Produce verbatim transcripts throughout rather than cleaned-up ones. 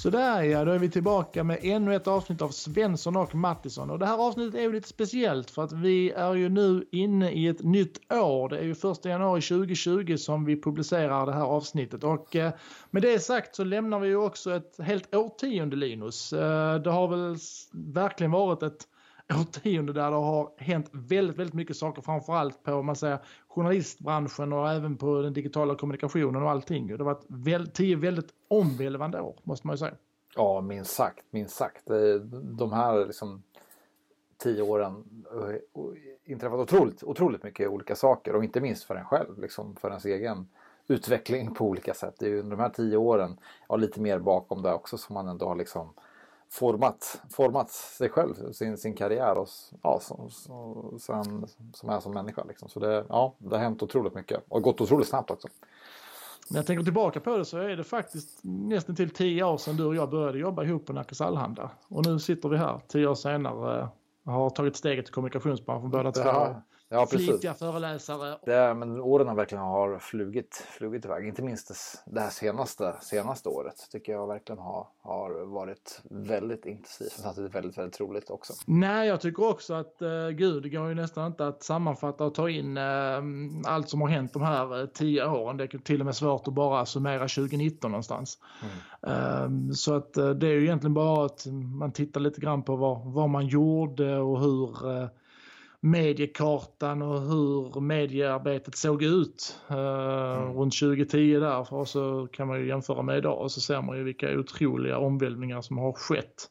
Så där ja, då är vi tillbaka med ännu ett avsnitt av Svensson och Mattisson. Och det här avsnittet är ju lite speciellt för att vi är ju nu inne i ett nytt år. Det är ju första januari tjugo tjugo som vi publicerar det här avsnittet. Och eh, med det sagt så lämnar vi ju också ett helt årtionde, Linus. Eh, det har väl verkligen varit ett årtionde där det har hänt väldigt, väldigt mycket saker, framförallt på man säger, journalistbranschen och även på den digitala kommunikationen och allting. Det har varit väl, tio väldigt omvälvande år, måste man ju säga. Ja, minst sagt, minst sagt. De här liksom, tio åren har inträffat otroligt, otroligt mycket olika saker, och inte minst för en själv, liksom, för ens egen utveckling på olika sätt. Det är ju under de här tio åren, ja, lite mer bakom det också, som man ändå har liksom format, format sig själv, sin, sin karriär och, ja, som, som, som, som är som människa. Liksom. Så det, ja, det har hänt otroligt mycket och gått otroligt snabbt också. När jag tänker tillbaka på det så är det faktiskt nästan till tio år sedan du och jag började jobba ihop på Nackas Allehanda. Och nu sitter vi här tio år senare och har tagit steget till kommunikationsbranschen, båda två. Ja, ja, flitiga föreläsare. Det är, men åren har verkligen har flugit, flugit iväg. Inte minst det, det här senaste, senaste året tycker jag verkligen har, har varit väldigt intensivt. Samtidigt väldigt, väldigt roligt också. Nej, jag tycker också att uh, gud, det går ju nästan inte att sammanfatta och ta in uh, allt som har hänt de här uh, tio åren. Det är till och med svårt att bara summera tjugo nitton någonstans. Mm. Uh, så att uh, det är ju egentligen bara att man tittar lite grann på vad, vad man gjorde och hur uh, mediekartan och hur mediearbetet såg ut uh, mm. runt tjugo tio där. Och så kan man ju jämföra med idag och så ser man ju vilka otroliga omvälvningar som har skett.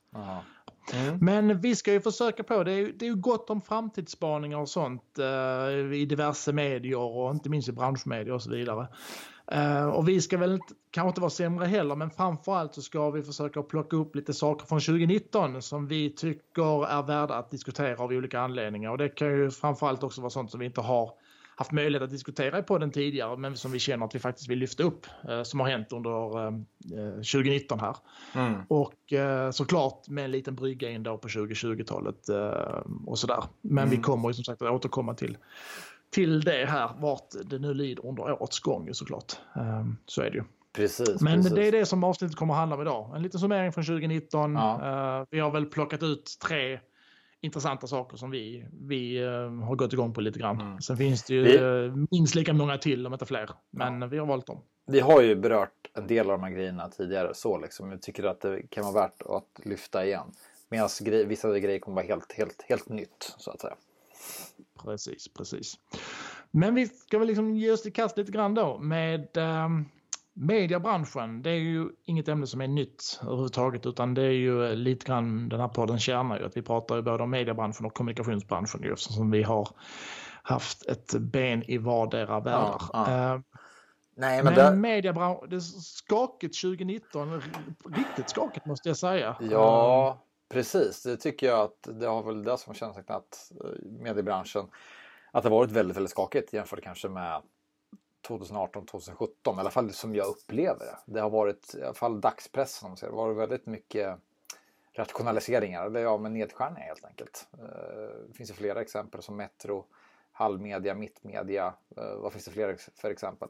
Mm. Men vi ska ju försöka på, det är ju, det är ju gott om framtidsspaningar och sånt uh, i diverse medier och inte minst i branschmedier och så vidare. Uh, och vi ska väl inte, kanske inte vara sämre heller, men framförallt så ska vi försöka plocka upp lite saker från tjugo nitton som vi tycker är värda att diskutera av olika anledningar. Och det kan ju framförallt också vara sånt som vi inte har haft möjlighet att diskutera på den tidigare, men som vi känner att vi faktiskt vill lyfta upp, uh, som har hänt under uh, tjugo nitton här. Mm. Och uh, såklart med en liten brygga in då på tjugo tjugo-talet uh, och sådär. Men mm. vi kommer ju som sagt att återkomma till till det här, vart det nu lider under årets gång såklart. Um, så är det ju. Precis, Men precis. det är det som avsnittet kommer att handla om idag. En liten summering från tjugo nitton. Ja. Uh, vi har väl plockat ut tre intressanta saker som vi, vi uh, har gått igång på lite grann. Mm. Sen finns det ju vi... uh, minst lika många till, om inte fler. Men ja. vi har valt dem. Vi har ju berört en del av de här grejerna tidigare. Så liksom. Jag tycker att det kan vara värt att lyfta igen. Medan gre- vissa grejer kommer vara helt, helt, helt nytt, så att säga. Precis, precis. Men vi ska väl liksom ge oss till kast lite grann då med eh, mediebranschen. Det är ju inget ämne som är nytt överhuvudtaget, utan det är ju lite grann den här podden kärna ju, att vi pratar ju både om mediebranschen och kommunikationsbranschen ju, eftersom vi har haft ett ben i vardera världar. Ja, ja. Eh, Nej, men men det... mediebranschen, det är skakigt tjugo nitton, riktigt skakigt måste jag säga. Ja, precis. Det tycker jag att det har väl det som kännetecknat mediebranschen, att det har varit väldigt, väldigt skakigt jämfört kanske med tjugo arton tjugo sjutton, i alla fall som jag upplever det. Det har varit, i alla fall dagspressen, om man säger, det har varit väldigt mycket rationaliseringar, eller ja, med nedskärningar helt enkelt. Det finns ju flera exempel som Metro, Halvmedia, Mittmedia. Vad finns det fler för exempel?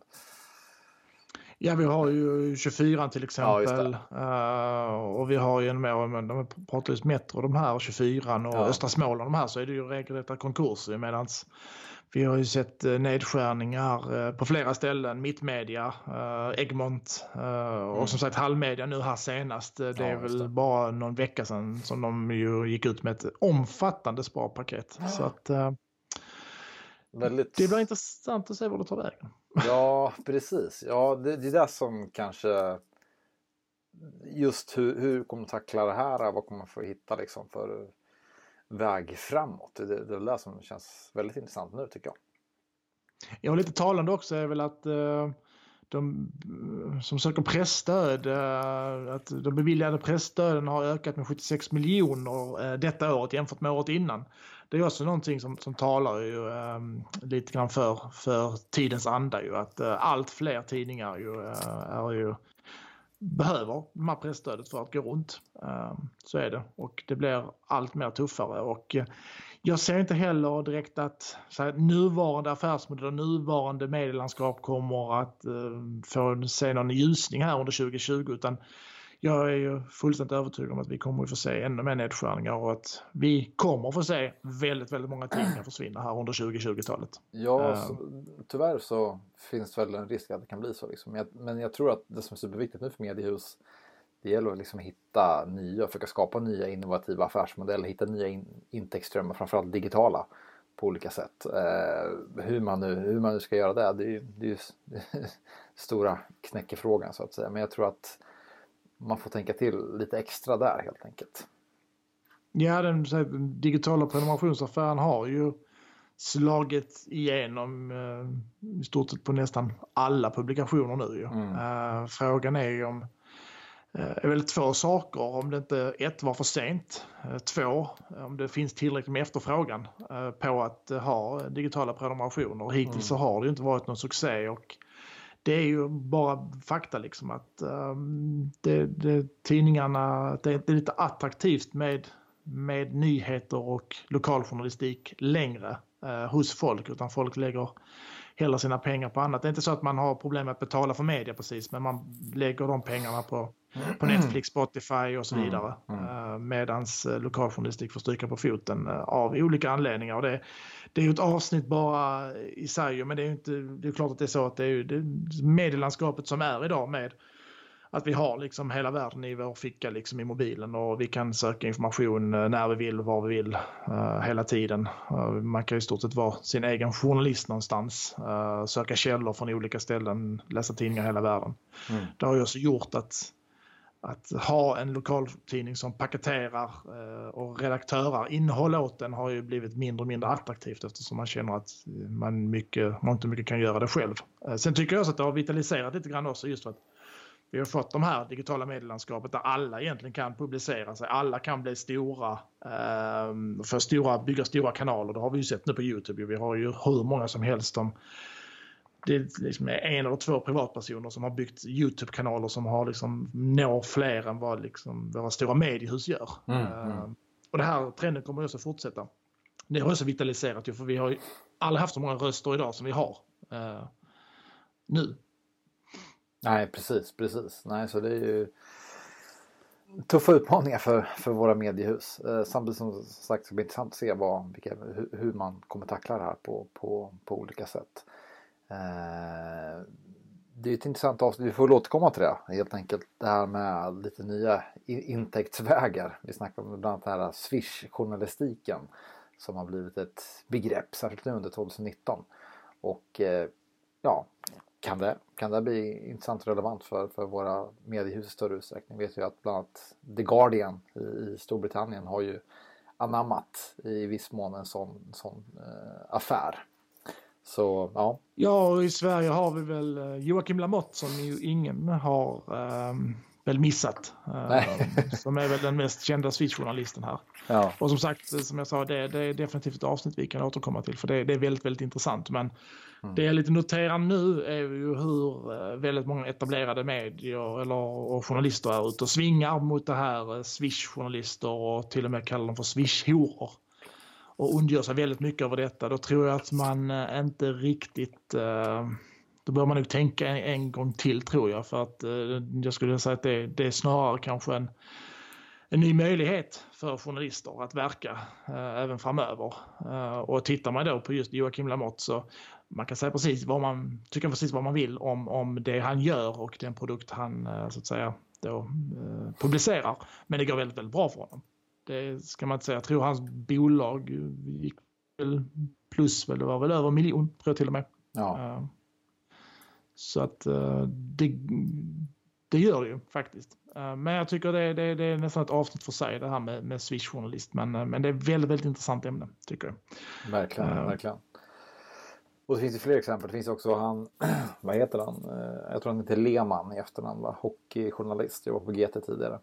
Ja, vi har ju tjugofyra till exempel. Ja, uh, och vi har ju en mer, men de pratar just Metro, de här tjugofyra och ja. Östra Småland, de här, så är det ju regelrätta konkurser, medan vi har ju sett nedskärningar uh, på flera ställen. Mittmedia, uh, Egmont uh, mm. och som sagt Halvmedia nu här senast. Det är ja, väl det. bara någon vecka sedan som de ju gick ut med ett omfattande sparpaket. Ja. Så att uh, Väldigt... det blir intressant att se vad det tar vägen. Ja, precis. Ja, det, det är det som kanske just hur, hur kommer man tackla det här? Vad kommer man få hitta liksom för väg framåt? Det, det är det som känns väldigt intressant nu, tycker jag. Ja, och lite talande också är väl att uh, de som söker pressstöd, uh, att de beviljade pressstöden har ökat med sjuttiosex miljoner uh, detta året jämfört med året innan. Det är också någonting som, som talar ju um, lite grann för, för tidens anda ju, att uh, allt fler tidningar ju, uh, är ju behöver de här pressstödet för att gå runt. Uh, så är det, och det blir allt mer tuffare, och uh, jag ser inte heller direkt att så här, nuvarande affärsmodeller, nuvarande medielandskap kommer att uh, få se någon ljusning här under tjugo tjugo, utan jag är ju fullständigt övertygad om att vi kommer att få se ännu mer nedskärningar och att vi kommer att få se väldigt, väldigt många tidningar försvinna här under tjugo-tjugotalet. Ja, uh, så, tyvärr så finns det väl en risk att det kan bli så. Liksom. Jag, men jag tror att det som är superviktigt nu för mediehus, det gäller att liksom hitta nya, försöka skapa nya innovativa affärsmodeller, hitta nya in, intäktsströmmar, framförallt digitala på olika sätt. Eh, hur, man nu, hur man nu ska göra det, det är ju, det är ju stora knäckefrågan så att säga. Men jag tror att man får tänka till lite extra där helt enkelt. Ja, den, den digitala prenumerationsaffären har ju slagit igenom eh, i stort sett på nästan alla publikationer nu. Ju. Mm. Eh, frågan är ju om eh, är väl två saker. Om det inte ett var för sent. Eh, två, om det finns tillräckligt med efterfrågan eh, på att eh, ha digitala prenumerationer. Hittills mm. så har det ju inte varit någon succé och det är ju bara fakta liksom att um, det, det, tidningarna, det, det är lite attraktivt med, med nyheter och lokaljournalistik längre uh, hos folk, utan folk lägger hela sina pengar på annat. Det är inte så att man har problem med att betala för media precis, men man lägger de pengarna på, på Netflix, Spotify och så vidare. Mm. Mm. Uh, medans uh, lokaljournalistik får stryka på foten uh, av olika anledningar. Och det, det är ju ett avsnitt bara i sig, men det är ju inte, det är klart att det är så att det är ju det medielandskapet som är idag med att vi har liksom hela världen i vår ficka liksom i mobilen och vi kan söka information när vi vill, var vi vill, uh, hela tiden. Uh, man kan i stort sett vara sin egen journalist någonstans, uh, söka källor från olika ställen, läsa tidningar i hela världen. Mm. Det har ju också gjort att, att ha en lokaltidning som paketerar uh, och redaktörar innehåll åt den har ju blivit mindre och mindre attraktivt eftersom man känner att man mycket, man inte mycket kan göra det själv. Uh, sen tycker jag också att det har vitaliserat lite grann också just för att vi har fått de här digitala medielandskapet där alla egentligen kan publicera sig. Alla kan bli stora, eh, för stora, bygga stora kanaler. Det har vi ju sett nu på YouTube. Vi har ju hur många som helst. Som, det är liksom en eller två privatpersoner som har byggt YouTube-kanaler som har liksom når fler än vad liksom våra stora mediehus gör. Mm, mm. Eh, och det här trenden kommer också fortsätta. Det har också vitaliserat ju, för vi har ju aldrig haft så många röster idag som vi har eh, nu. Nej, precis, precis. Nej, så det är ju tuffa utmaningar för, för våra mediehus. Eh, samtidigt som sagt så blir det intressant att se vad, vilka, hur, hur man kommer tackla det här på, på, på olika sätt. Eh, det är ett intressant avsnitt, vi får återkomma till det helt enkelt. Det här med lite nya intäktsvägar. Vi snackar om bland annat den här Swish-journalistiken som har blivit ett begrepp, särskilt nu under tjugonitton. Och eh, ja... Kan det, kan det bli intressant och relevant för, för våra mediehus i större utsträckning? Vi vet ju att bland annat The Guardian i, i Storbritannien har ju anammat i viss mån en sån, sån eh, affär. Så ja. Ja, och i Sverige har vi väl Joakim Lamotte som ju ingen har eh, väl missat. Eh, som är väl den mest kända Swish-journalisten här. Ja. Och som sagt, som jag sa, det, det är definitivt ett avsnitt vi kan återkomma till. För det, det är väldigt, väldigt intressant. Men mm. det jag lite noterar nu är ju hur väldigt många etablerade medier eller, och journalister är ute och svingar mot det här Swish-journalister och till och med kallar dem för Swish-horor. Och ondgör sig väldigt mycket över detta. Då tror jag att man inte riktigt... Uh, då bör man nog tänka en, en gång till, tror jag. För att uh, jag skulle säga att det, det är snarare kanske en, en ny möjlighet för journalister att verka uh, även framöver. Uh, och tittar man då på just Joakim Lamotte så man kan säga precis vad man tycker precis vad man vill om, om det han gör och den produkt han uh, så att säga då, uh, publicerar. Men det går väldigt, väldigt bra för honom. Det ska man inte säga. Jag tror hans bolag gick väl plus, väl, det var väl över en miljon, tror jag till och med. Ja. Uh, så att uh, det, det gör det ju faktiskt. Uh, men jag tycker det, det, det är nästan ett avsnitt för sig, det här med, med Swish-journalist. Men, uh, men det är väldigt, väldigt intressant ämne, tycker jag. Verkligen, uh, verkligen. Och det finns ju fler exempel. Det finns också han, vad heter han? Uh, jag tror han heter Lehmann i efternamn, va? Hockeyjournalist, jag var på G T tidigare.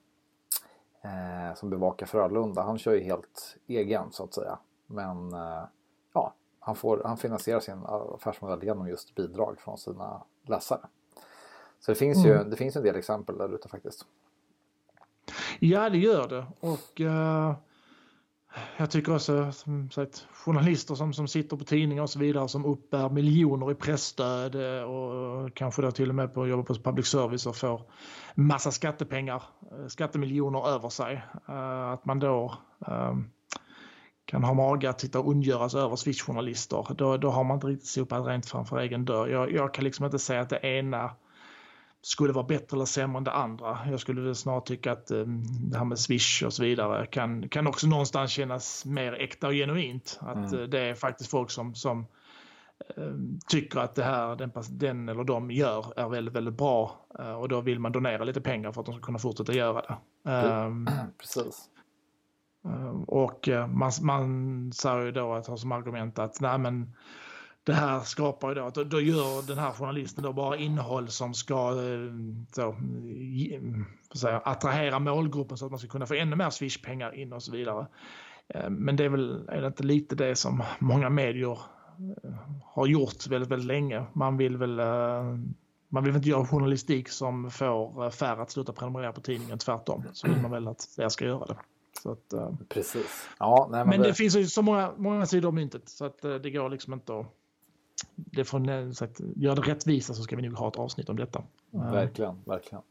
Eh, som bevakar Frölunda. Han kör ju helt egen så att säga. Men eh, ja, han, får, han finansierar sin affärsmodell genom just bidrag från sina läsare. Så det finns ju mm. det finns en del exempel där ute faktiskt. Ja, det gör det. Och uh, jag tycker också som sagt, journalister som, som sitter på tidningar och så vidare som uppbär miljoner i pressstöd och kanske då till och med på jobba på public service och får massa skattepengar, skattemiljoner över sig. Att man då um, kan ha mage att sitta och undgöra sig över Swish-journalister. Då, då har man inte riktigt sopat rent framför egen dörr. Jag, jag kan liksom inte säga att det ena skulle vara bättre eller sämre än det andra. Jag skulle snarare tycka att um, det här med Swish och så vidare kan, kan också någonstans kännas mer äkta och genuint. Att mm. uh, det är faktiskt folk som, som uh, tycker att det här den, den eller de gör är väldigt, väldigt bra. Uh, och då vill man donera lite pengar för att de ska kunna fortsätta göra det. Um, Precis. Uh, och uh, man, man säger ju då att ha som argument att nej men det här skapar ju då att då, då gör den här journalisten då bara innehåll som ska så, säga, attrahera målgruppen så att man ska kunna få ännu mer Swish-pengar in och så vidare. Men det är väl är det inte lite det som många medier har gjort väldigt, väldigt länge. Man vill väl man vill inte göra journalistik som får färre att sluta prenumerera på tidningen, tvärtom. Så vill man väl att fler ska göra det. Så att, Precis. Ja, nej, men men det, det finns ju så många, många sidor av myntet så att det går liksom inte att det får så att göra det rättvisa så ska vi nog ha ett avsnitt om detta. Verkligen, uh, verkligen.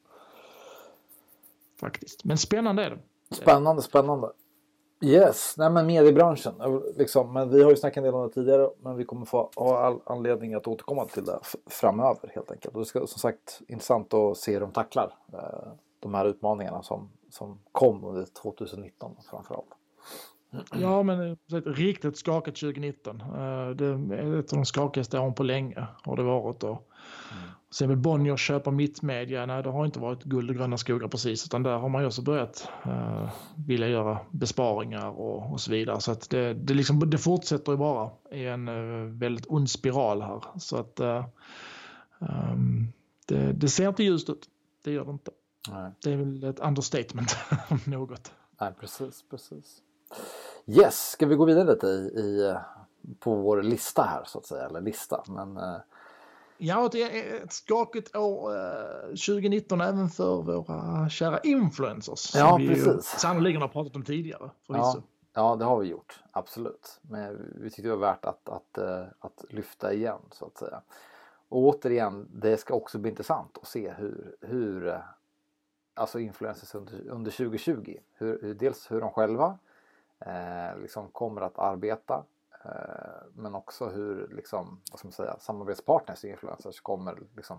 Faktiskt. Men spännande är det. Spännande, spännande. Yes, nej men mediebranschen liksom, men vi har ju snackat en del om det tidigare, men vi kommer få ha all anledning att återkomma till det f- framöver helt enkelt. Och det ska som sagt intressant att se hur de tacklar uh, de här utmaningarna som, som kom under tjugonitton framförallt. Ja, men ett riktigt skakigt tjugonitton. Det är ett av de skakigaste åren på länge har det varit då. Mm. Sen vill Bonnier köpa Mittmedia. Nej, det har inte varit guld och gröna skogar precis, utan där har man ju också börjat uh, vilja göra besparingar och, och så vidare. Så att det, det, liksom, det fortsätter ju bara i en uh, väldigt ond spiral här. Så att uh, um, det, det ser inte ljust ut. Det gör det inte. Nej. Det är väl ett understatement om något. Nej, precis, precis. Yes, ska vi gå vidare lite i, i, på vår lista här så att säga, eller lista, men... Uh... Ja, det är ett skakigt år uh, tjugonitton även för våra kära influencers. Ja, som vi precis. Ju sannolikt har pratat om tidigare, förvisso. Ja, ja, det har vi gjort, absolut. Men vi tyckte det var värt att, att, att, att lyfta igen så att säga. Och återigen, det ska också bli intressant att se hur, hur alltså influencers under, under tjugohundratjugo, hur, hur, dels hur de själva Eh, liksom kommer att arbeta eh, men också hur liksom, vad ska man säga, samarbetspartners och influencers kommer liksom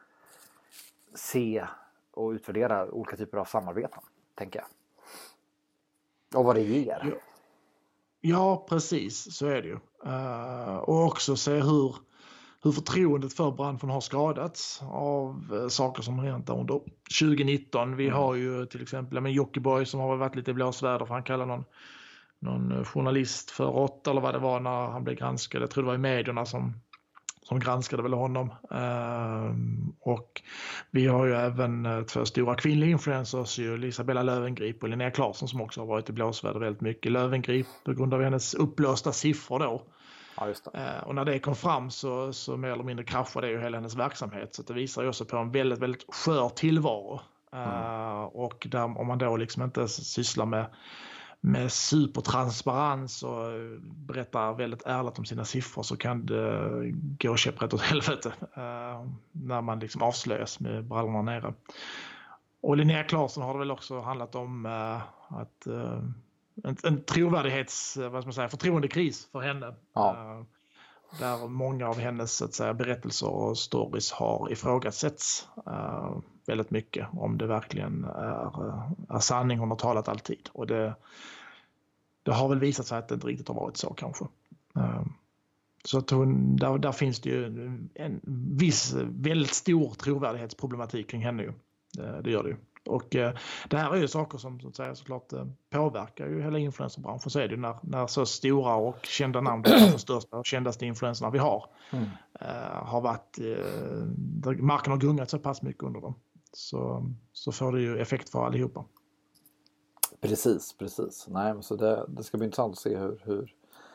se och utvärdera olika typer av samarbeten, tänker jag. Och vad det ger. Ja, ja precis, så är det ju. Uh, och också se hur, hur förtroendet för branschen har skadats av uh, saker som har hänt under tjugonitton. Vi mm. har ju till exempel men Jockiboi som har varit lite i blåsväder för han kallar någon någon journalist för rått eller vad det var när han blev granskad. Jag tror det var i medierna som, som granskade väl honom. Um, och vi har ju även uh, två stora kvinnliga influencers, ju Isabella Löwengrip och Linnea Claesson som också har varit i blåsväder väldigt mycket. Löwengrip på grund av hennes upplösta siffror då. Ja, just det. Uh, och när det kom fram så, så mer eller mindre kraschade det ju hela hennes verksamhet. Så det visar ju också på en väldigt, väldigt skör tillvaro. Uh, mm. Och där, om man då liksom inte sysslar med med supertransparens och berättar väldigt ärligt om sina siffror så kan det gå käpprätt åt helvete uh, när man liksom avslöjas med brallorna nere. Och Linnea Claesson har det väl också handlat om uh, att uh, en, en trovärdighets, vad ska man säga, förtroendekris för henne. Ja. Uh, där många av hennes så att säga, berättelser och stories har ifrågasätts uh, väldigt mycket om det verkligen är, är sanning hon har talat alltid. Och det, det har väl visat sig att det inte riktigt har varit så kanske. Uh, så att hon, där, där finns det ju en viss väldigt stor trovärdighetsproblematik kring henne ju. Det, det gör det ju. Och eh, det här är ju saker som så att säga, såklart eh, påverkar ju hela influencerbranschen. Så är det ju när, när så stora och kända namn, de största och kändaste influencerna vi har, mm. eh, har varit, eh, marken har gungat så pass mycket under dem. Så, så får det ju effekt för allihopa. Precis, precis. Nej, men så det, det ska bli intressant att se hur, hur,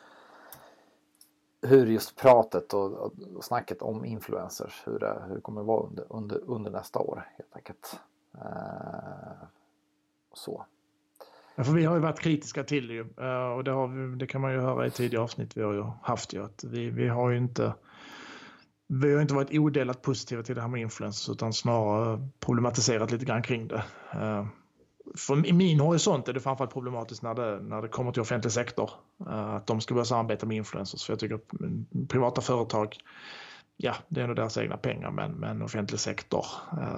hur just pratet och, och, och snacket om influencers, hur det, hur det kommer att vara under, under, under nästa år helt enkelt. Uh, så. Ja, för vi har ju varit kritiska till det ju. Och det, har vi, det kan man ju höra i tidigare avsnitt vi har ju haft ju. Att vi, vi har ju inte vi har inte varit odelat positiva till det här med influencers utan snarare problematiserat lite grann kring det. Från i min horisont är det framförallt problematiskt när det, när det kommer till offentlig sektor. Att de ska börja samarbeta med influencers. För jag tycker att privata företag, ja, det är ändå deras egna pengar. Men, men offentlig sektor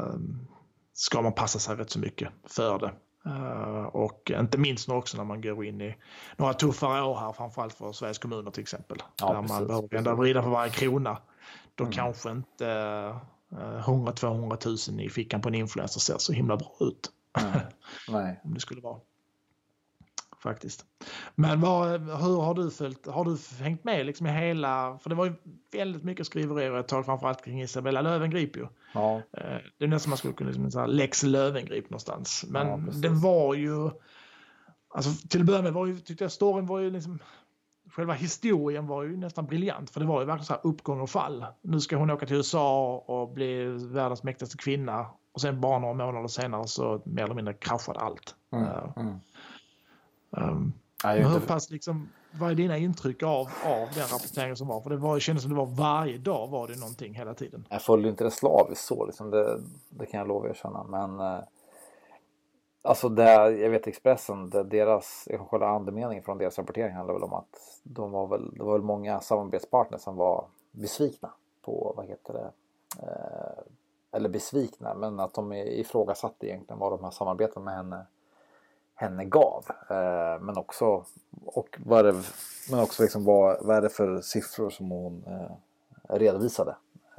ska man passa sig rätt så mycket för det. Uh, och inte minst nu också när man går in i några tuffare år här, framförallt för Sveriges kommuner till exempel. Ja, där precis, man behöver ändå vrida på varje krona. Då mm. kanske inte uh, hundra till tvåhundra tusen i fickan på en influencer ser så himla bra ut. Mm. Nej. Om det skulle vara. Faktiskt. Men vad, hur har du följt, har du hängt med liksom i hela, för det var ju väldigt mycket skriverier ett tag framförallt kring Isabella Löwengrip ju. Ja. Det är nästan man skulle kunna liksom, så här, Lex Löwengrip någonstans. Men ja, det var ju, alltså till att börja med var ju, tyckte jag storyn var ju liksom, själva historien var ju nästan briljant för det var ju verkligen så här uppgång och fall. Nu ska hon åka till U S A och bli världens mäktigaste kvinna och sen bara några månader senare så mer eller mindre kraschade allt. Mm. Mm. Um, Nej, hur inte... pass liksom, vad är dina intryck av, av den rapporteringen som var? För det var, kändes som det var varje dag var det någonting hela tiden. Jag följde inte det slaviskt så, liksom, det, det kan jag lova er känna. Men eh, alltså det, jag vet Expressen, det, deras, jag kan kolla andemeningen från deras rapportering handlar väl om att de var väl, det var väl många samarbetspartner som var besvikna på, vad heter det, eh, eller besvikna, men att de ifrågasatte egentligen vad de här samarbeten med henne henne gav, eh, men också och vad det, men också liksom vad, vad är det för siffror som hon eh, redovisade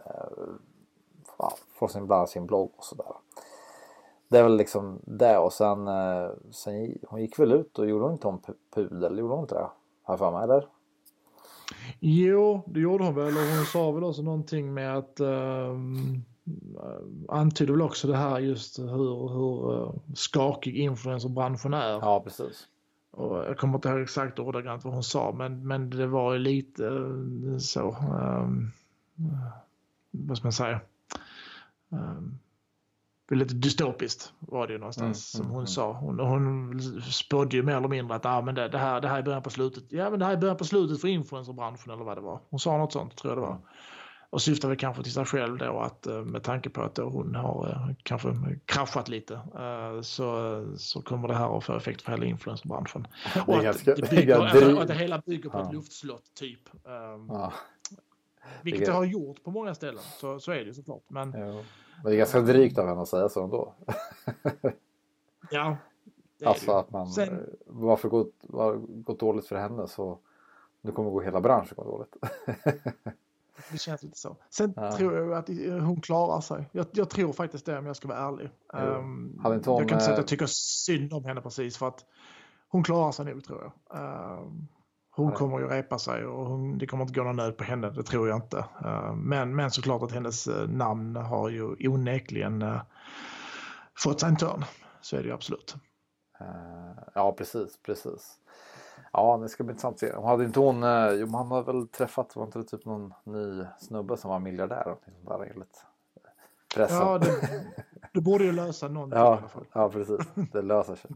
eh, från sin, bland sin blogg och sådär. Det är väl liksom det och sen, eh, sen hon gick väl ut och gjorde hon inte om pudel, gjorde hon inte det? Har jag för mig, eller? Jo, det gjorde hon väl och hon sa väl också någonting med att um... antyder väl också det här just hur, hur skakig influencerbranschen är. Ja, precis. Och jag kommer inte ihåg exakt ordagrant vad hon sa, men, men det var ju lite så, um, vad ska man säga, um, lite dystopiskt var det ju någonstans mm, som hon mm, sa. Hon, hon spådde ju mer eller mindre att ah, men det, det, här, det här är början på slutet. Ja, men det här är början på slutet för influencerbranschen eller vad det var. Hon sa något sånt, tror jag det var. Mm. Och syftar väl kanske till sig själv då att med tanke på att då hon har kanske kraschat lite så, så kommer det här att få effekt för hela influencerbranschen. Och att ganska, det, bygger, att det hela bygger på ja. ett luftslott typ. Ja. Vilket det har gjort på många ställen, så, så är det ju såklart. Men, ja. Men det är ganska drygt av henne att säga så ändå. Ja. Alltså att man, Sen, varför gått, gått dåligt för henne så nu kommer gå hela branschen gå dåligt. Det känns lite så. Sen ja. tror jag att hon klarar sig. Jag, jag tror faktiskt det om jag ska vara ärlig. Um, hon, jag kan inte säga att jag tycker synd om henne precis för att hon klarar sig nu tror jag. Um, hon kommer ju repa sig och hon, det kommer inte gå någon nöd på henne, det tror jag inte. Uh, men, men såklart att hennes uh, namn har ju onekligen uh, fått sig en törn. Så är det ju absolut. Uh, ja, precis, precis. Ja, det ska bli intressant att se. Hon hade inte hon, jo, man har väl träffat, var inte det typ någon ny snubbe som var miljardär och sånt där enligt pressen. Ja, det, det borde ju lösa någonting ja, i alla fall. Ja, precis. Det löser sig.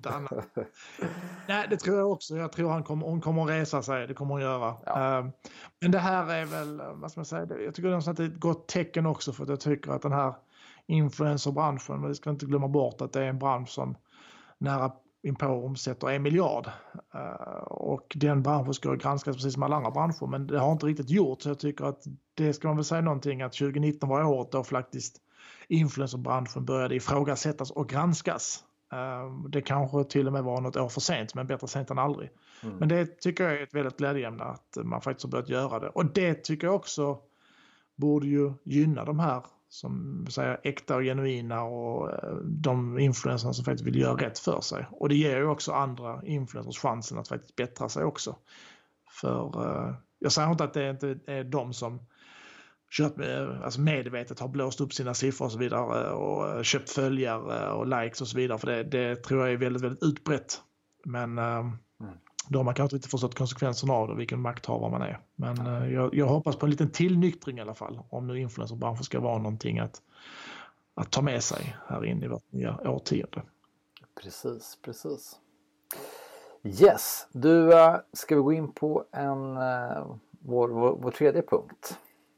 Nej, det tror jag också. Jag tror han kommer, hon kommer att resa sig, det kommer hon göra. Ja. Um, men det här är väl, vad ska man säga, jag tycker att det är ett gott tecken också för att jag tycker att den här influencerbranschen, vi ska inte glömma bort att det är en bransch som nära inpå omsätter en miljard uh, och den branschen ska granskas precis som alla andra branscher men det har inte riktigt gjort så jag tycker att det ska man väl säga någonting att tjugonitton var året då faktiskt influencerbranschen började ifrågasättas och granskas. Uh, det kanske till och med var något år för sent men bättre sent än aldrig. Mm. Men det tycker jag är ett väldigt glädjeämne att man faktiskt har börjat göra det och det tycker jag också borde ju gynna de här som säger äkta och genuina och de influencers som faktiskt vill göra rätt för sig. Och det ger ju också andra influencers chansen att faktiskt bättra sig också. För uh, jag säger inte att det inte är de som köpt med, alltså medvetet har blåst upp sina siffror och så vidare och köpt följare och likes och så vidare. För det, det tror jag är väldigt, väldigt utbrett. Men uh, mm. då har man kanske inte förstått konsekvenserna av det, vilken makthavare man är. Men uh, jag, jag hoppas på en liten tillnyktring i alla fall. Om nu influencerbranschen ska vara någonting att, att ta med sig här in i vårt nya årtionde. Precis, precis. Yes, du, uh, ska vi gå in på en, uh, vår, vår, vår tredje punkt.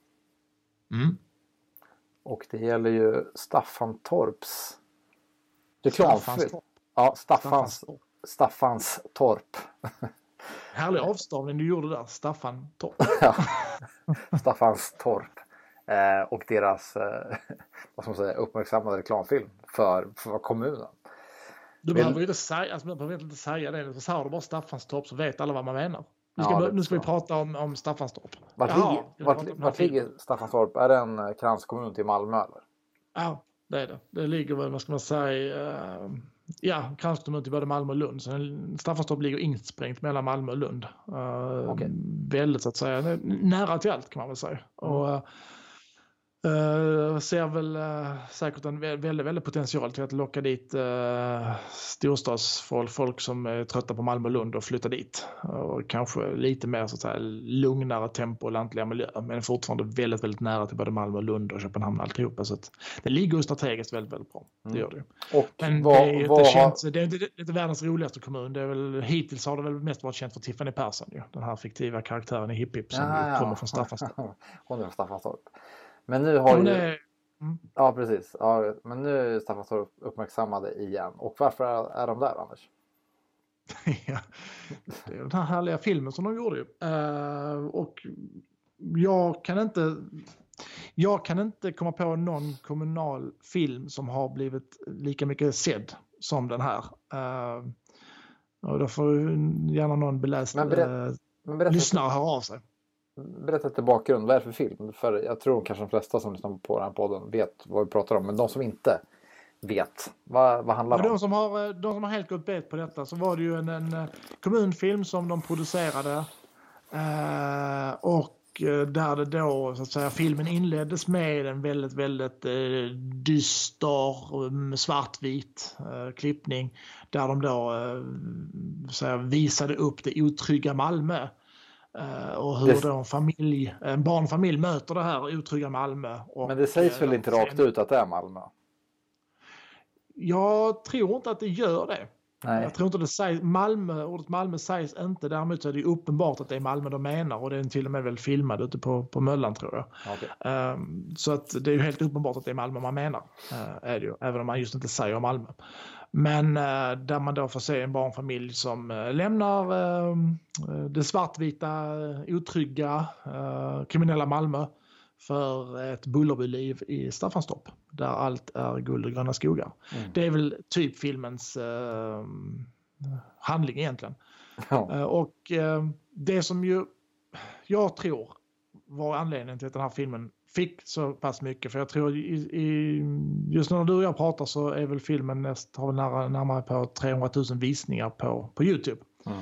Mm. Och det gäller ju Staffantorps reklamfilm. Ja, Staffans, Staffans torp. Härlig avstavning du gjorde där, Staffantorp. Ja, Staffans torp. Eh, och deras eh, vad ska man säga, uppmärksammade reklamfilm för, för kommunen. Du behöver inte säga, alltså, man behöver inte säga det. Så sa du bara Staffanstorp så vet alla vad man menar. Nu ska, Ja, nu ska vi prata om, om Staffanstorp. Vart ligger, vart, vart ligger Staffanstorp? Är det en kranskommun till Malmö eller? Ja, det är det. Det ligger väl, vad ska man säga, uh, ja, kranskommun till både Malmö och Lund. Så Staffanstorp ligger insprängt mellan Malmö och Lund. Uh, okay. Väldigt så att säga, nära till allt kan man väl säga. Mm. Och, uh, Uh, ser väl uh, säkert en väldigt, väldigt potential till att locka dit uh, storstadsfolk, folk som är trötta på Malmö och Lund och flytta dit. Uh, och kanske lite mer så att säga lugnare tempo och lantliga miljö, men fortfarande väldigt, väldigt nära till både Malmö och Lund och Köpenhamn och alltihopa. Så att det ligger strategiskt väldigt, väldigt bra. Mm. Det gör det. Och men vad, det är inte vad känt, har... det är inte, det är inte världens roligaste kommun. Det är väl, hittills har det väl mest varit känt för Tiffany Persson, ju. Den här fiktiva karaktären i Hipp Hipp som ja, ja. kommer från Staffanstorp. Hon är från Staffanstorp. Men nu har ju... Är... Mm. Ja, precis. Ja, men nu är Staffanstorp uppmärksammade igen. Och varför är, är de där, Anders? Ja, det är den här härliga filmen som de gjorde. Uh, och jag kan inte... Jag kan inte komma på någon kommunal film som har blivit lika mycket sedd som den här. Uh, och då får gärna någon beläst men berätt, uh, men berätta, lyssnare höra av sig. Berätta lite bakgrund. Vad är det för film? För jag tror kanske de flesta som lyssnar på den här podden vet vad vi pratar om. Men de som inte vet, vad, vad handlar det om? De som, har, de som har helt gått bet på detta, så var det ju en, en kommunfilm som de producerade. Uh, och där det då, så att säga, filmen inleddes med en väldigt, väldigt eh, dyster, svartvit eh, klippning där de då eh, så här, visade upp det otrygga Malmö eh, och hur det... då en familj, en barnfamilj möter det här otrygga Malmö. Och, men det sägs väl inte rakt ut att det är Malmö? Jag tror inte att det gör det. Nej. Jag tror inte det sägs, Malmö, ordet Malmö sägs inte, däremot så är det uppenbart att det är Malmö de menar och det är till och med väl filmad ute på, på Möllan tror jag. Okay. Um, så att det är ju helt uppenbart att det är Malmö man menar, uh, är det ju, även om man just inte säger Malmö. Men uh, där man då får se en barnfamilj som uh, lämnar uh, det svartvita, uh, otrygga, uh, kriminella Malmö för ett Bullerbyliv i Staffanstorp där allt är guld och gröna skogar. Mm. Det är väl typ filmens eh, handling egentligen. Ja. Eh, och eh, det som ju jag tror var anledningen till att den här filmen fick så pass mycket, för jag tror i, i, just när du och jag pratar så är väl filmen näst, har väl nära, närmare på trehundratusen visningar på, på YouTube. Mm.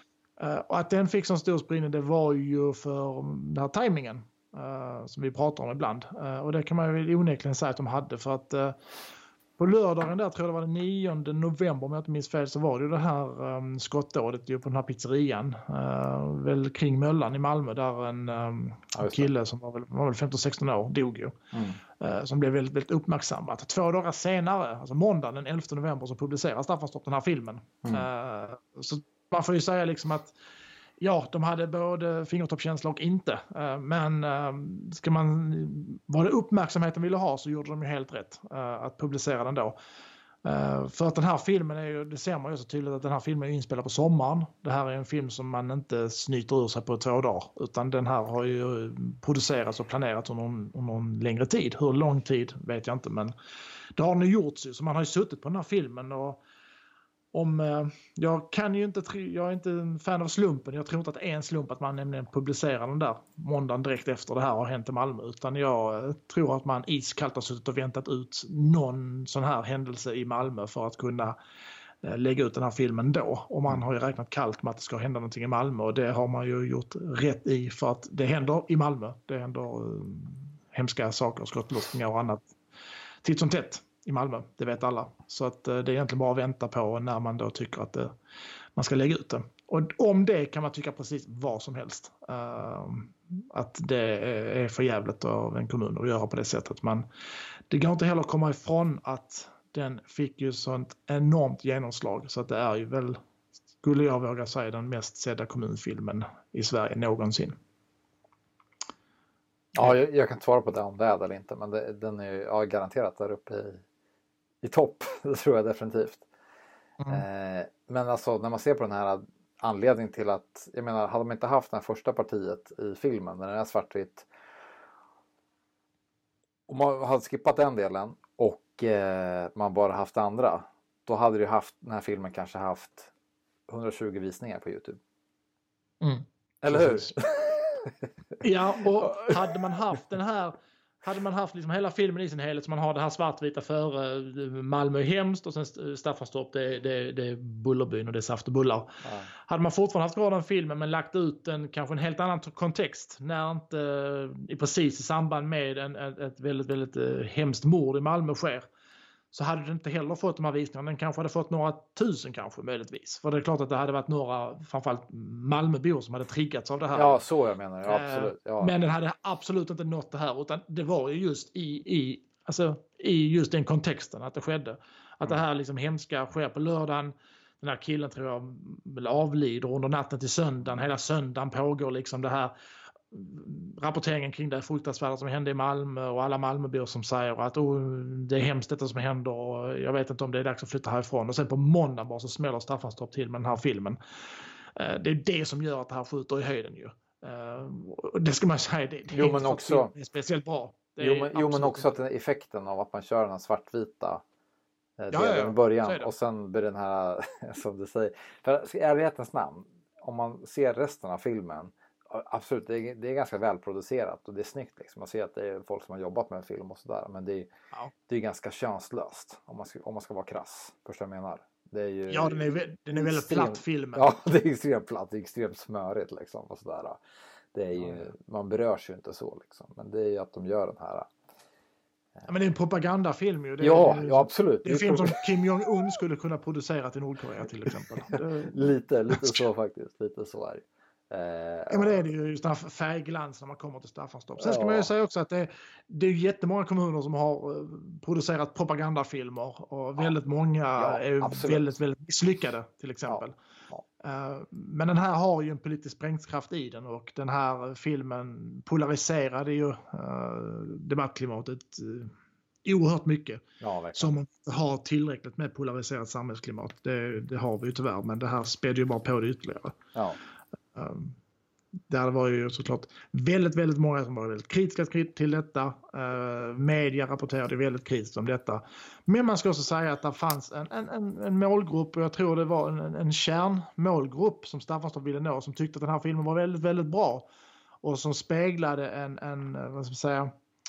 Eh, och att den fick så stor spridning, det var ju för den här tajmingen. Uh, som vi pratar om ibland. Uh, och det kan man ju onekligen säga att de hade, för att uh, på lördagen där, tror jag det var den nionde november om jag inte minns fel, så var det ju det här um, skottdådet ju på den här pizzerian uh, väl kring Möllan i Malmö där en um, ja, kille som var väl, var väl femton sexton år dog ju. Mm. Uh, som blev väldigt, väldigt uppmärksammat. Två dagar senare, alltså måndagen den elfte november, så publicerar Staffanstorp den här filmen. Mm. Uh, så man får ju säga liksom att ja, de hade både fingertoppskänsla och inte. Men ska man, var det uppmärksamheten ville ha, så gjorde de ju helt rätt att publicera den då. För att den här filmen är ju, det ser man ju så tydligt att den här filmen är inspelad på sommaren. Det här är en film som man inte snyter ur sig på två dagar. Utan den här har ju producerats och planerats under någon, under någon längre tid. Hur lång tid vet jag inte, men det har nu gjorts ju. Så man har ju suttit på den här filmen och Om, eh, jag kan ju inte, jag är inte en fan av slumpen. Jag tror inte att det är en slump att man nämligen publicerar den där måndagen direkt efter det här har hänt i Malmö. Utan jag eh, tror att man iskallt har suttit och väntat ut någon sån här händelse i Malmö för att kunna eh, lägga ut den här filmen då. Och man har ju räknat kallt med att det ska hända någonting i Malmö. Och det har man ju gjort rätt i, för att det händer i Malmö. Det händer eh, hemska saker, skottlossningar och annat titt som tätt i Malmö, det vet alla. Så att det är egentligen bara att vänta på när man då tycker att det, man ska lägga ut det. Och om det kan man tycka precis vad som helst. Uh, att det är för jävligt av en kommun att göra på det sättet. Men det går inte heller att komma ifrån att den fick ju sånt enormt genomslag. Så att det är ju väl, skulle jag våga säga den mest sedda kommunfilmen i Sverige någonsin. Ja, jag, jag kan inte svara på det om det är eller inte, men det, den är ju ja, garanterat där uppe i, i topp, det tror jag definitivt. Mm. Eh, men alltså när man ser på den här anledningen till att, jag menar, hade man inte haft det här första partiet i filmen, när den är svartvitt, om man hade skippat den delen och eh, man bara haft andra, då hade du haft, den här filmen kanske haft hundratjugo visningar på YouTube. Mm. Eller hur? Ja, och hade man haft den här, hade man haft liksom hela filmen i sin helhet, så man har det här svartvita före Malmö är hemskt och sen Staffanstorp, det, det, det är Bullerbyn och det är saft och bullar. Ja. Hade man fortfarande haft kvar den filmen men lagt ut den kanske en helt annan kontext, när inte i precis i samband med en, ett väldigt, väldigt hemskt mord i Malmö sker, så hade du inte heller fått de här visningarna. Den kanske hade fått några tusen kanske möjligtvis. För det är klart att det hade varit några, framförallt Malmöbor som hade triggats av det här. Ja, så jag menar. Ja, absolut. Ja. Men den hade absolut inte nått det här, utan det var ju just i, i, alltså, i just den kontexten att det skedde. Att mm. det här liksom hemska sker på lördagen. Den här killen tror jag väl avlider under natten till söndagen. Hela söndagen pågår liksom det här rapporteringen kring det fruktansvärda som hände i Malmö, och alla Malmöbor som säger att oh, det är hemskt detta som händer och jag vet inte om det är dags att flytta härifrån. Och sen på måndag bara så smäller Staffanstorp till med den här filmen. Det är det som gör att det här skjuter i höjden ju. Det ska man säga, det, det är jo, inte men också, det är speciellt bra. Jo men, jo men också att effekten av att man kör den svartvita delen ja, ja, ja. i början och sen blir den här som du säger, för i ärlighetens namn, om man ser resten av filmen, absolut, det är, det är ganska välproducerat och det är snyggt liksom. Man ser att det är folk som har jobbat med en film och sådär, men det är, ja. det är ganska könslöst om man ska, om man ska vara krass, förstår jag menar. Det är ju, ja, den är, den är väldigt extremt, platt filmen. Ja, det är extremt platt, det är extremt smörigt liksom och sådär. Det är ju, ja. Man berörs ju inte så liksom, men det är ju att de gör den här. Ja, men det är en propagandafilm ju. Det är, ja, det är, ja, absolut. Det är en film som Kim Jong-Un skulle kunna producera till Nordkorea till exempel. Det... lite, lite så faktiskt, lite så är det. Uh, ja, men det är det ju just den här färgglans när man kommer till Staffanstorp. Sen ska ja. man ju säga också att det, det är jättemånga kommuner som har producerat propagandafilmer och väldigt ja. många ja, är absolut. väldigt, väldigt misslyckade till exempel. Ja. Ja. Uh, men den här har ju en politisk sprängkraft i den, och den här filmen polariserade ju uh, debattklimatet uh, oerhört mycket. Ja, som man har tillräckligt med polariserat samhällsklimat. Det, det har vi ju tyvärr, men det här spädde ju bara på det ytterligare. Ja. Um, där var ju såklart väldigt, väldigt många som var väldigt kritiska till detta. Uh, media rapporterade väldigt kritiskt om detta. Men man ska också säga att det fanns en, en, en, en målgrupp, och jag tror det var en, en kärnmålgrupp som Staffanstorp ville nå, som tyckte att den här filmen var väldigt, väldigt bra. Och som speglade en, en vad ska man säga,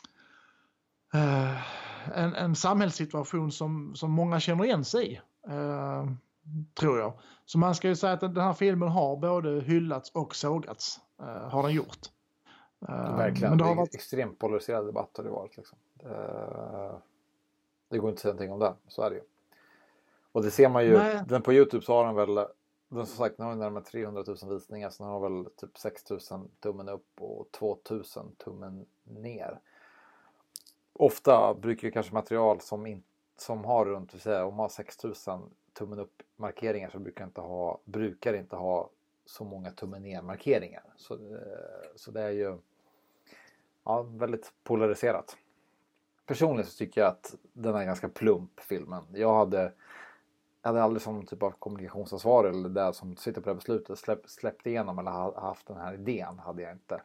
uh, en, en samhällssituation som, som många känner igen sig i. Uh, tror jag. Så man ska ju säga att den här filmen har både hyllats och sågats. Uh, har den gjort. Uh, Verkligen. Men det har varit extremt polariserad debatt har det varit. Liksom. Uh, det går inte att säga någonting om det. Så är det ju. Och det ser man ju. Nej. Den på YouTube så har den väl, den som sagt, den har närmare trehundratusen visningar. Så den har väl typ sex tusen tummen upp och tvåtusen tummen ner. Ofta brukar ju kanske material som, in, som har runt, vi säger, om man har sex tusen tummen upp markeringar, så brukar inte ha brukar inte ha så många tummen ner markeringar. Så, så det är ju ja, väldigt polariserat. Personligen så tycker jag att den är ganska plump, filmen. Jag hade jag hade aldrig som typ av kommunikationsansvarig eller där som sitter på det här beslutet släpp, släppt igenom eller haft den här idén, hade jag inte.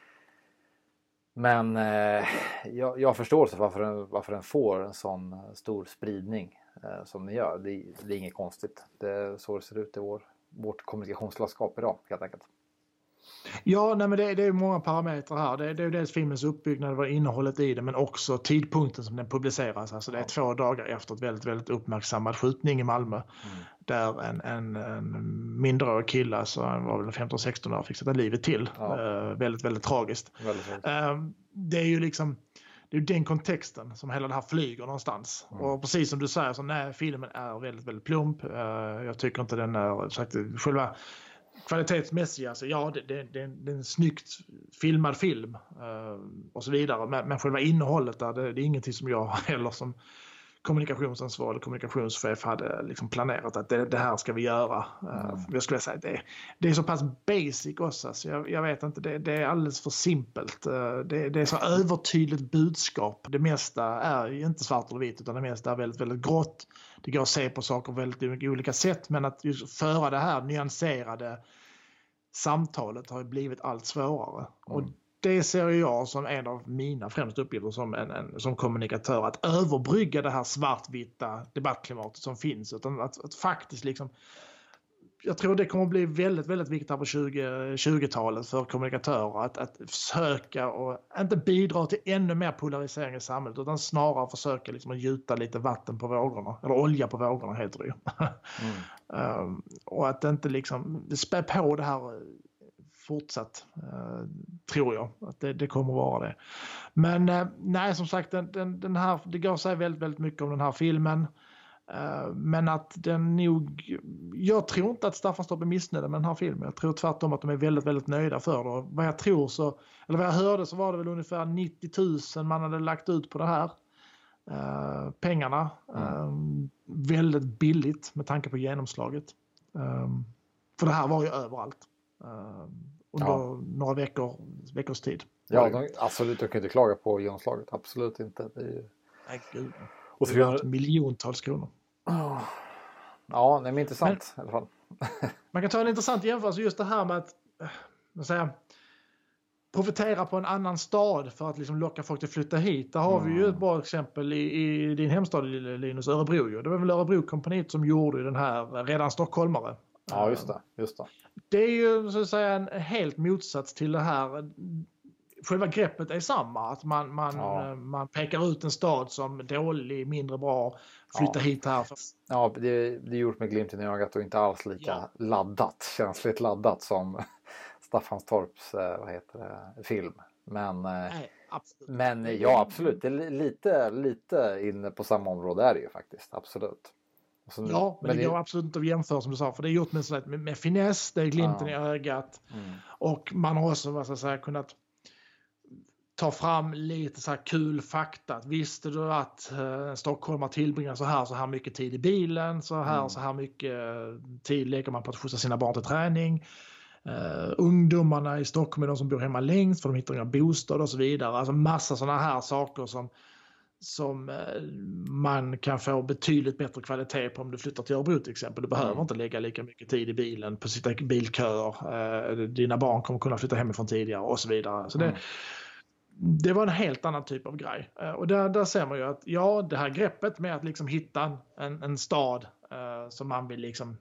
Men eh, jag, jag förstår så varför den, varför den får en sån stor spridning eh, som den gör. Det, det är inget konstigt. Det är så det ser ut i vår, vårt kommunikationslandskap idag, helt enkelt. Ja, nej, men det, det är många parametrar här. Det, det är ju dels filmens uppbyggnad och innehållet i det, men också tidpunkten som den publiceras. Alltså det är ja. två dagar efter ett väldigt, väldigt uppmärksammad skjutning i Malmö. Mm. Där en, en, en mindre kille, alltså han var väl femton sexton år, fick sätta livet till. Ja. Uh, väldigt, väldigt tragiskt. Väldigt, väldigt. Uh, det är ju liksom, det är ju den kontexten som hela det här flyger någonstans. Mm. Och precis som du säger, så nej, filmen är väldigt, väldigt plump. Uh, jag tycker inte den är, sagt, själva kvalitetsmässigt, alltså, ja det, det, det, det är en snyggt filmad film uh, och så vidare, men, men själva innehållet där, det, det är ingenting som jag heller som kommunikationsansvarig kommunikationschef hade liksom planerat att det, det här ska vi göra. Mm. Jag skulle säga att det, det är så pass basic också. Så jag, jag vet inte, det, det är alldeles för simpelt. Det, det är så övertydligt budskap. Det mesta är ju inte svart eller vitt utan det mesta är väldigt, väldigt grått. Det går att se på saker på väldigt olika sätt men att just föra det här nyanserade samtalet har ju blivit allt svårare. Mm. Och det ser jag som en av mina främsta uppgifter som, en, en, som kommunikatör. Att överbrygga det här svartvita debattklimatet som finns. Utan att, att faktiskt liksom... Jag tror det kommer att bli väldigt, väldigt viktigt här på tjugotalet för kommunikatörer. Att, att försöka och inte bidra till ännu mer polarisering i samhället. Utan snarare försöka liksom att gjuta lite vatten på vågorna. Eller olja på vågorna heter det ju. Mm. um, och att inte liksom spä på det här... fortsatt, eh, tror jag att det, det kommer att vara det. Men eh, nej, som sagt, den, den, den här, det går att säga väldigt, väldigt mycket om den här filmen. Eh, men att den nog, jag tror inte att Staffanstorp är missnöjda med den här filmen. Jag tror tvärtom att de är väldigt, väldigt nöjda för det. Och vad jag tror så, eller vad jag hörde så var det väl ungefär nittio tusen man hade lagt ut på det här. Eh, pengarna. Mm. Eh, väldigt billigt med tanke på genomslaget. Eh, för det här var ju överallt. Uh, under ja. några veckor, veckors tid. Ja, de, absolut. Jag kan inte klaga på genomslaget. Absolut inte. Det är ju... Nej, gud. Och så kan... miljontals kronor. Oh. Ja, det är intressant men, i alla fall. Man kan ta en intressant jämförelse just det här med att vad säger, profitera på en annan stad för att liksom locka folk till att flytta hit. Där har mm. vi ju ett bra exempel i, i din hemstad Linus, Örebro. Ju. Det var väl Örebro-kompaniet som gjorde den här redan stockholmare. Ja, just det, just det. Det är ju så att säga en helt motsats till det här. Själva greppet är samma. Att man, man, ja. man pekar ut en stad som dålig, mindre bra. Flytta ja. hit här. Ja, det, det är gjort med glimten i ögat och inte alls lika ja. laddat. Känsligt laddat som Staffanstorps vad heter det, film. Men, Nej, absolut. men ja, absolut. Det är lite, lite inne på samma område är det ju faktiskt. Absolut. Så, ja, men, men det går absolut inte att jämföra som du sa. För det är gjort med, med, med finess, det är glimten ja. i ögat. Mm. Och man har också vad ska jag säga, kunnat ta fram lite så här kul fakta. Visste du att eh, Stockholm tillbringar så här så här mycket tid i bilen, så här mm. så här mycket tid lägger man på att skjutsa sina barn till träning. Uh, ungdomarna i Stockholm är de som bor hemma längst för de hittar inga bostad och så vidare. Alltså massa sådana här saker som som uh, man kan få betydligt bättre kvalitet på om du flyttar till Örebro till exempel. Du behöver mm. inte lägga lika mycket tid i bilen på sitta bilköer. Uh, dina barn kommer kunna flytta hemifrån tidigare och så vidare. Så mm. det, det var en helt annan typ av grej. Uh, och där, där ser man ju att ja, det här greppet med att liksom hitta en, en stad uh, som man vill liksom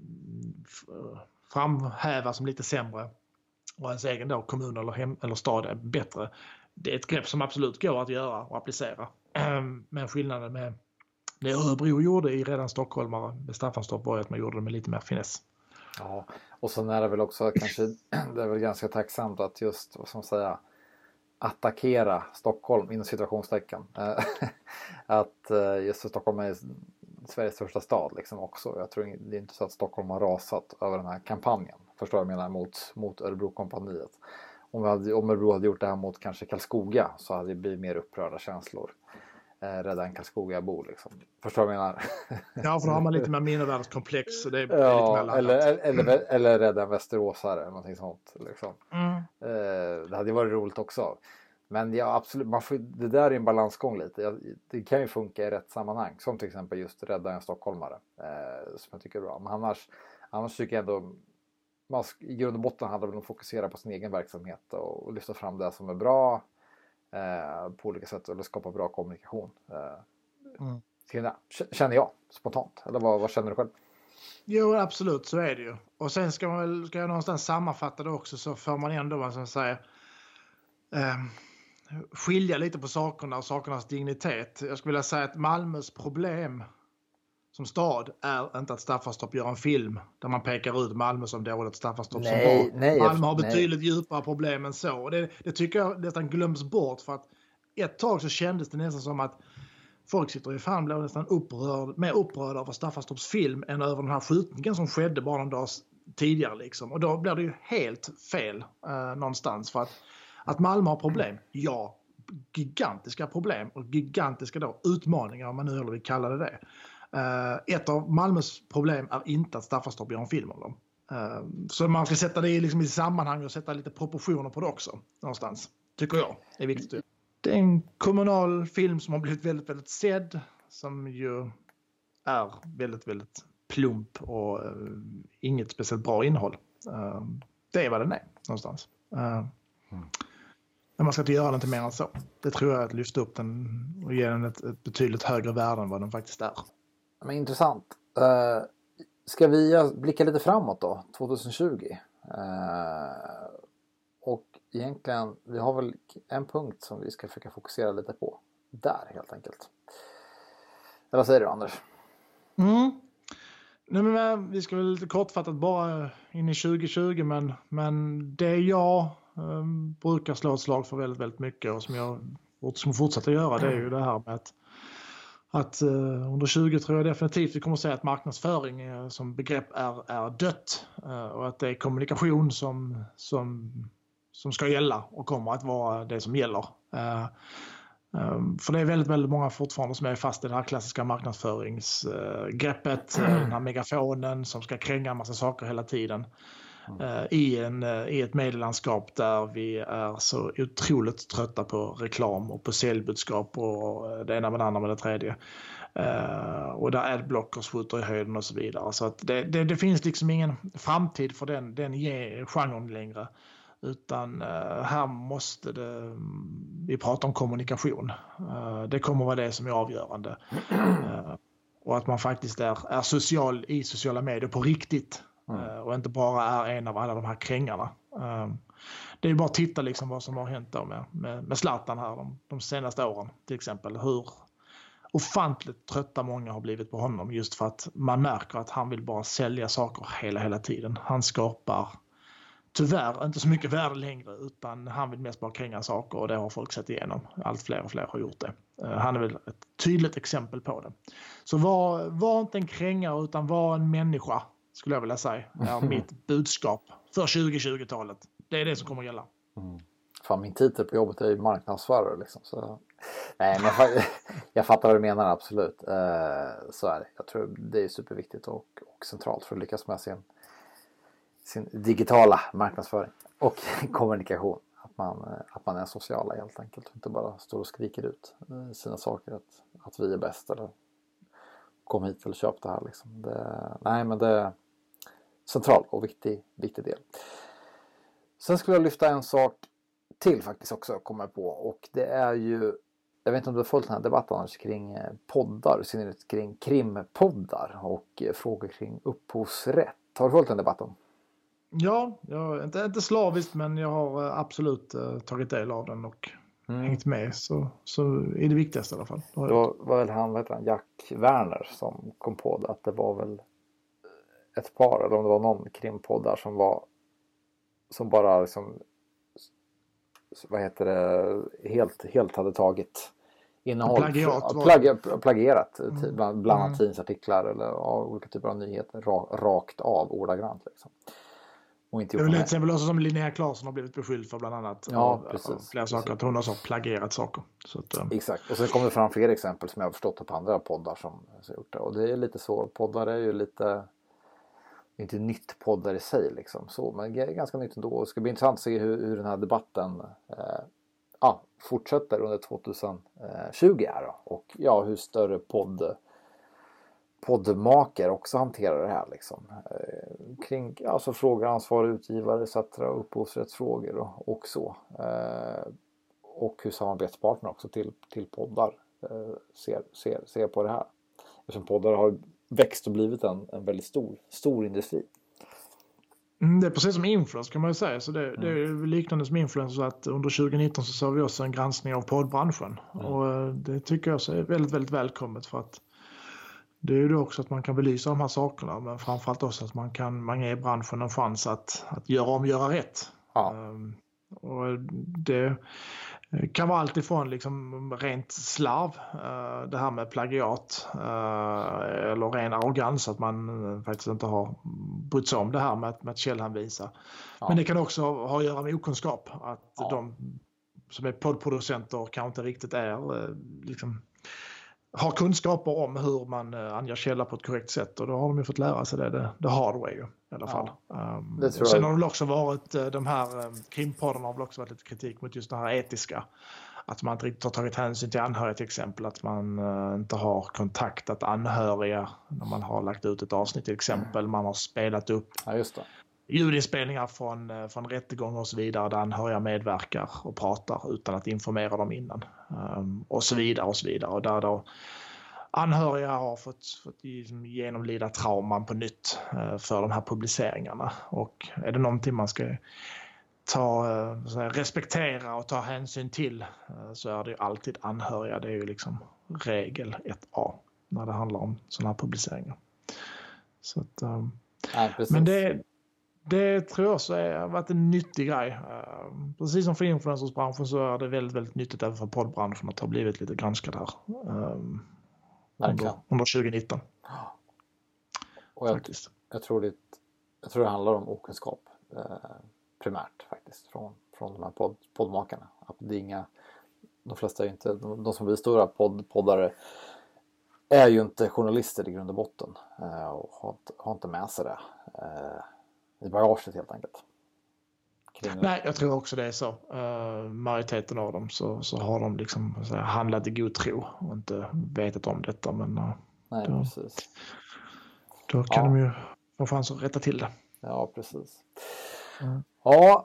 f- framhäva som lite sämre och ens egen då kommun eller, hem, eller stad är bättre. Det är ett grepp som absolut går att göra och applicera. Men skillnaden med det Örebro gjorde i redan stockholmare med Staffanstorp var att man gjorde det med lite mer finess. Ja, och så är det väl också kanske det är väl ganska tacksamt att just vad ska man säga attackera Stockholm inom situationstecken. Att just Stockholm är Sveriges största stad liksom också. Jag tror det är inte så att Stockholm har rasat över den här kampanjen. Förstår jag menar mot, mot Örebro-kompaniet. Om, vi hade, om Örebro hade gjort det här mot kanske Karlskoga så hade det blivit mer upprörda känslor. Eh, rädda en Karlskoga-bo liksom. Förstår jag menar? Ja, för då har man lite mer mindervärdeskomplex. Så det är ja, lite eller, eller, eller, eller rädda en västeråsare eller någonting sånt. Liksom. Mm. Eh, det hade varit roligt också. Men ja, absolut, man får, det där är en balansgång lite. Det kan ju funka i rätt sammanhang. Som till exempel just rädda en stockholmare. Eh, som jag tycker är bra. Men annars, annars tycker jag ändå... Man, i grund och botten hade väl att fokusera på sin egen verksamhet. Och, och lyfta fram det som är bra. Eh, på olika sätt. Eller skapa bra kommunikation. Eh, mm. Känner jag spontant. Eller vad, vad känner du själv? Jo, absolut. Så är det ju. Och sen ska, man väl, ska jag någonstans sammanfatta det också. Så får man ändå, vad som säger... Eh, skilja lite på sakerna och sakernas dignitet. Jag skulle vilja säga att Malmös problem som stad är inte att Staffanstorp gör en film där man pekar ut Malmö som dåligt Staffanstorp som bra. Nej, Malmö har betydligt nej. djupare problem än så. Och det, det tycker jag nästan glöms bort för att ett tag så kändes det nästan som att folk sitter i fan blev nästan upprörd, mer upprörda över Staffanstorps film än över den här skjutningen som skedde bara någon dag tidigare liksom. Och då blir det ju helt fel eh, någonstans för att Att Malmö har problem, ja, gigantiska problem och gigantiska då utmaningar, om man nu hellre vill kalla det det. Uh, ett av Malmös problem är inte att Staffanstorp gör en film om dem. Uh, så man ska sätta det liksom i sammanhang och sätta lite proportioner på det också någonstans, tycker jag. Det är viktigt. Det är en kommunal film som har blivit väldigt, väldigt sedd, som ju är väldigt, väldigt plump och uh, inget speciellt bra innehåll. Uh, det är vad den är någonstans. Uh, mm. Men man ska inte göra den till mer än så. Det tror jag är att lyfta upp den och ge den ett, ett betydligt högre värde än vad den faktiskt är. Men intressant. Uh, ska vi blicka lite framåt då, tjugo tjugo? Uh, och egentligen, vi har väl en punkt som vi ska försöka fokusera lite på. Där helt enkelt. Eller vad säger du, Anders? Mm. Nej, men vi ska väl lite kortfattat bara in i tjugo tjugo, men, men det jag um, brukar slå ett slag för väldigt, väldigt mycket och som jag som fortsätter göra, det är ju det här med att Att uh, under tjugo tror jag definitivt vi kommer att säga att marknadsföring uh, som begrepp är, är dött. Uh, och att det är kommunikation som, som, som ska gälla och kommer att vara det som gäller. Uh, um, för det är väldigt, väldigt många fortfarande som är fast i det här klassiska marknadsföringsgreppet. Uh, uh, den här megafonen som ska kränga en massa saker hela tiden. Uh, i, en, uh, i ett medielandskap där vi är så otroligt trötta på reklam och på säljbudskap och uh, det ena med det andra med det tredje. Uh, och där adblockers skjuter i höjden och så vidare. Så att det, det, det finns liksom ingen framtid för den, den genren längre. Utan uh, här måste det, vi prata om kommunikation. Uh, det kommer vara det som är avgörande. Uh, och att man faktiskt är, är social i sociala medier på riktigt. Mm. Och inte bara är en av alla de här krängarna. Um, det är ju bara att titta liksom vad som har hänt då med, med, med Zlatan här de, de senaste åren till exempel. Hur ofantligt trötta många har blivit på honom just för att man märker att han vill bara sälja saker hela, hela tiden. Han skapar tyvärr inte så mycket värde längre, utan han vill mest bara kränga saker och det har folk sett igenom. Allt fler och fler har gjort det. Uh, han är väl ett tydligt exempel på det. Så var, var inte en krängare utan var en människa, skulle jag vilja säga, är mitt budskap för tjugo tjugo-talet. Det är det som kommer att gälla. Mm. Fan, min titel på jobbet är ju marknadsförare liksom. Så... Nej, men jag, jag fattar vad du menar, absolut. Eh, så är det. Jag tror det är superviktigt och, och centralt för att lyckas med sin, sin digitala marknadsföring och kommunikation. Att man, att man är sociala helt enkelt och inte bara står och skriker ut sina saker att, att vi är bäst eller kom hit eller köp det här liksom. Det, nej, men det är central och viktig, viktig del. Sen skulle jag lyfta en sak till faktiskt också, kommer på, och det är ju, jag vet inte om du har följt den här debatten annars, kring poddar, i synnerhet kring krimpoddar och frågor kring upphovsrätt. Har du följt den debatten? Ja, jag, inte, inte slaviskt, men jag har absolut uh, tagit del av den och Mm. hängt med, så, så är det viktigaste i alla fall. Det var, var väl han, vad heter han, Jack Werner som kom på det, att det var väl ett par, eller om det var någon krimpodd där som var som bara liksom, vad heter det, helt, helt hade tagit innehåll, plagiat, plagi, plagierat mm. bland, bland annat mm. tidningsartiklar eller ja, olika typer av nyheter rakt av, ordagrant liksom. Och inte det är väl till exempel också som Linnea Claesson har blivit beskylld för bland annat. Ja, av, precis. Av flera saker, precis. Att hon har så plagierat saker. Så att, um... Exakt, och sen kommer det fram fler exempel som jag har förstått på andra poddar som har gjort det. Och det är lite så, poddar är ju lite, inte nytt poddar i sig liksom så, men det är ganska nytt ändå. Det ska bli intressant att se hur, hur den här debatten eh, ja, fortsätter under tjugo tjugo här då. Och ja, hur större podd poddmakare också hanterar det här liksom. Eh, kring alltså frågor, ansvarig utgivare, et cetera, upphovsrättsfrågor och, och så. Eh, och hur samarbetspartner också till, till poddar eh, ser, ser, ser på det här. Eftersom poddar har växt och blivit en, en väldigt stor, stor industri. Mm, det är precis som influence kan man ju säga. Så det, mm. det är liknande som influence, så att under tjugo nitton så såg vi också en granskning av poddbranschen. Mm. Och det tycker jag är väldigt, väldigt välkommet, för att det är ju då också att man kan belysa de här sakerna, men framförallt också att man kan man ge branschen en chans att, att göra om, göra rätt. Ja. Um, och det kan vara allt ifrån liksom rent slarv, uh, det här med plagiat, uh, eller ren arrogans, att man uh, faktiskt inte har brytt sig om det här med, med att källhänvisa. Ja. Men det kan också ha att göra med okunskap, att ja. de som är poddproducenter kanske inte riktigt är eh, liksom, har kunskaper om hur man eh, anger källa på ett korrekt sätt, och då har de ju fått lära sig det, det, det hard way ju, i alla fall. Ja, um, det tror och sen jag. har det också varit eh, de här eh, krimpoddarna har väl också varit lite kritik mot just det här etiska. Att man inte riktigt har tagit hänsyn till anhöriga till exempel. Att man uh, inte har kontaktat anhöriga när man har lagt ut ett avsnitt till exempel. Man har spelat upp ja, just det. ljudinspelningar från, uh, från rättegångar och så vidare där anhöriga medverkar och pratar utan att informera dem innan. Um, och så vidare och så vidare. Och där då anhöriga har fått, fått genomlida trauman på nytt uh, för de här publiceringarna. Och är det någonting man ska ta, säga, respektera och ta hänsyn till, så är det ju alltid anhöriga. Det är ju liksom regel ett A när det handlar om sådana här publiceringar. Så att, um, Nej, men det, det tror jag så är, har varit en nyttig grej. Uh, precis som för influencersbranschen så är det väldigt, väldigt nyttigt även för poddbranschen att ha blivit lite granskad här um, under, under tjugonitton. Och jag, jag, tror det, jag tror det handlar om okunskap. Uh... primärt faktiskt från, från de här podd, poddmakarna. Att det är inga, de flesta är ju inte, de, de som blir stora podd, poddare är ju inte journalister i grund och botten eh, och har, har inte med sig det eh, i bagaget helt enkelt. Kring Nej, jag tror också det är så. Uh, majoriteten av dem så, så har de liksom så här, handlat i god tro och inte vetat om detta. Men uh, Nej, då, precis. Då kan ja. de ju få chans att rätta till det. Ja, precis. Mm. Ja,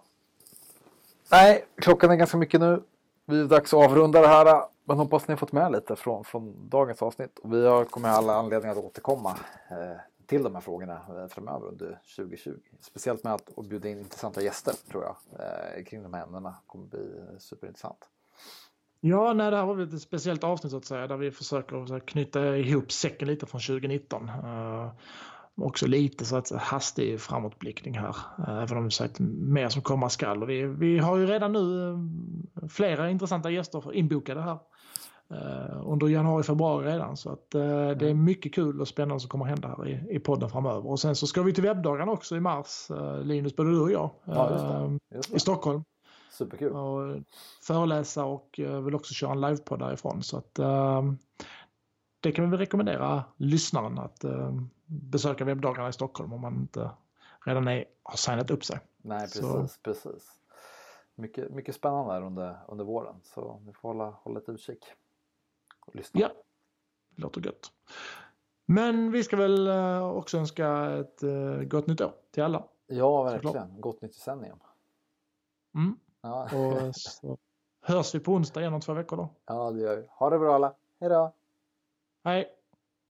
nej, klockan är ganska mycket nu. Vi är dags att avrunda det här. Men hoppas ni har fått med lite från, från dagens avsnitt. Och vi har, kommer alla anledningar att återkomma eh, till de här frågorna eh, framöver under tjugo tjugo. Speciellt med att, att bjuda in intressanta gäster tror jag. Eh, kring de här ämnena kommer bli superintressant. Ja, nej, det här var ett speciellt avsnitt så att säga. Där vi försöker så här, knyta ihop säcken lite från tjugonitton. Uh, också lite så att hastig framåtblickning här. Även om det sagt mer som komma skall. Och vi, vi har ju redan nu flera intressanta gäster inbokade här. Uh, under januari, februari redan. Så att uh, mm. det är mycket kul och spännande som kommer hända här i, i podden framöver. Och sen så ska vi till webbdagarna också i mars. Uh, Linus, både du och jag. Ja, just det. Just det. I Stockholm. Superkul. Och föreläsa och uh, vill också köra en livepodd därifrån. Så att uh, det kan vi väl rekommendera lyssnaren att uh, besöka webbdagarna i Stockholm om man inte redan är, har signat upp sig. Nej, precis, så. precis. Mycket, mycket spännande här under, under våren. Så vi får hålla, hålla ett utkik och lyssna. Ja, det låter gött. Men vi ska väl uh, också önska ett uh, gott nytt år till alla. Ja, verkligen. Gott nytt decennium. Mm. Ja. Och så hörs vi på onsdag igen om två veckor då. Ja, det gör vi. Ha det bra alla. Hej då! Hej!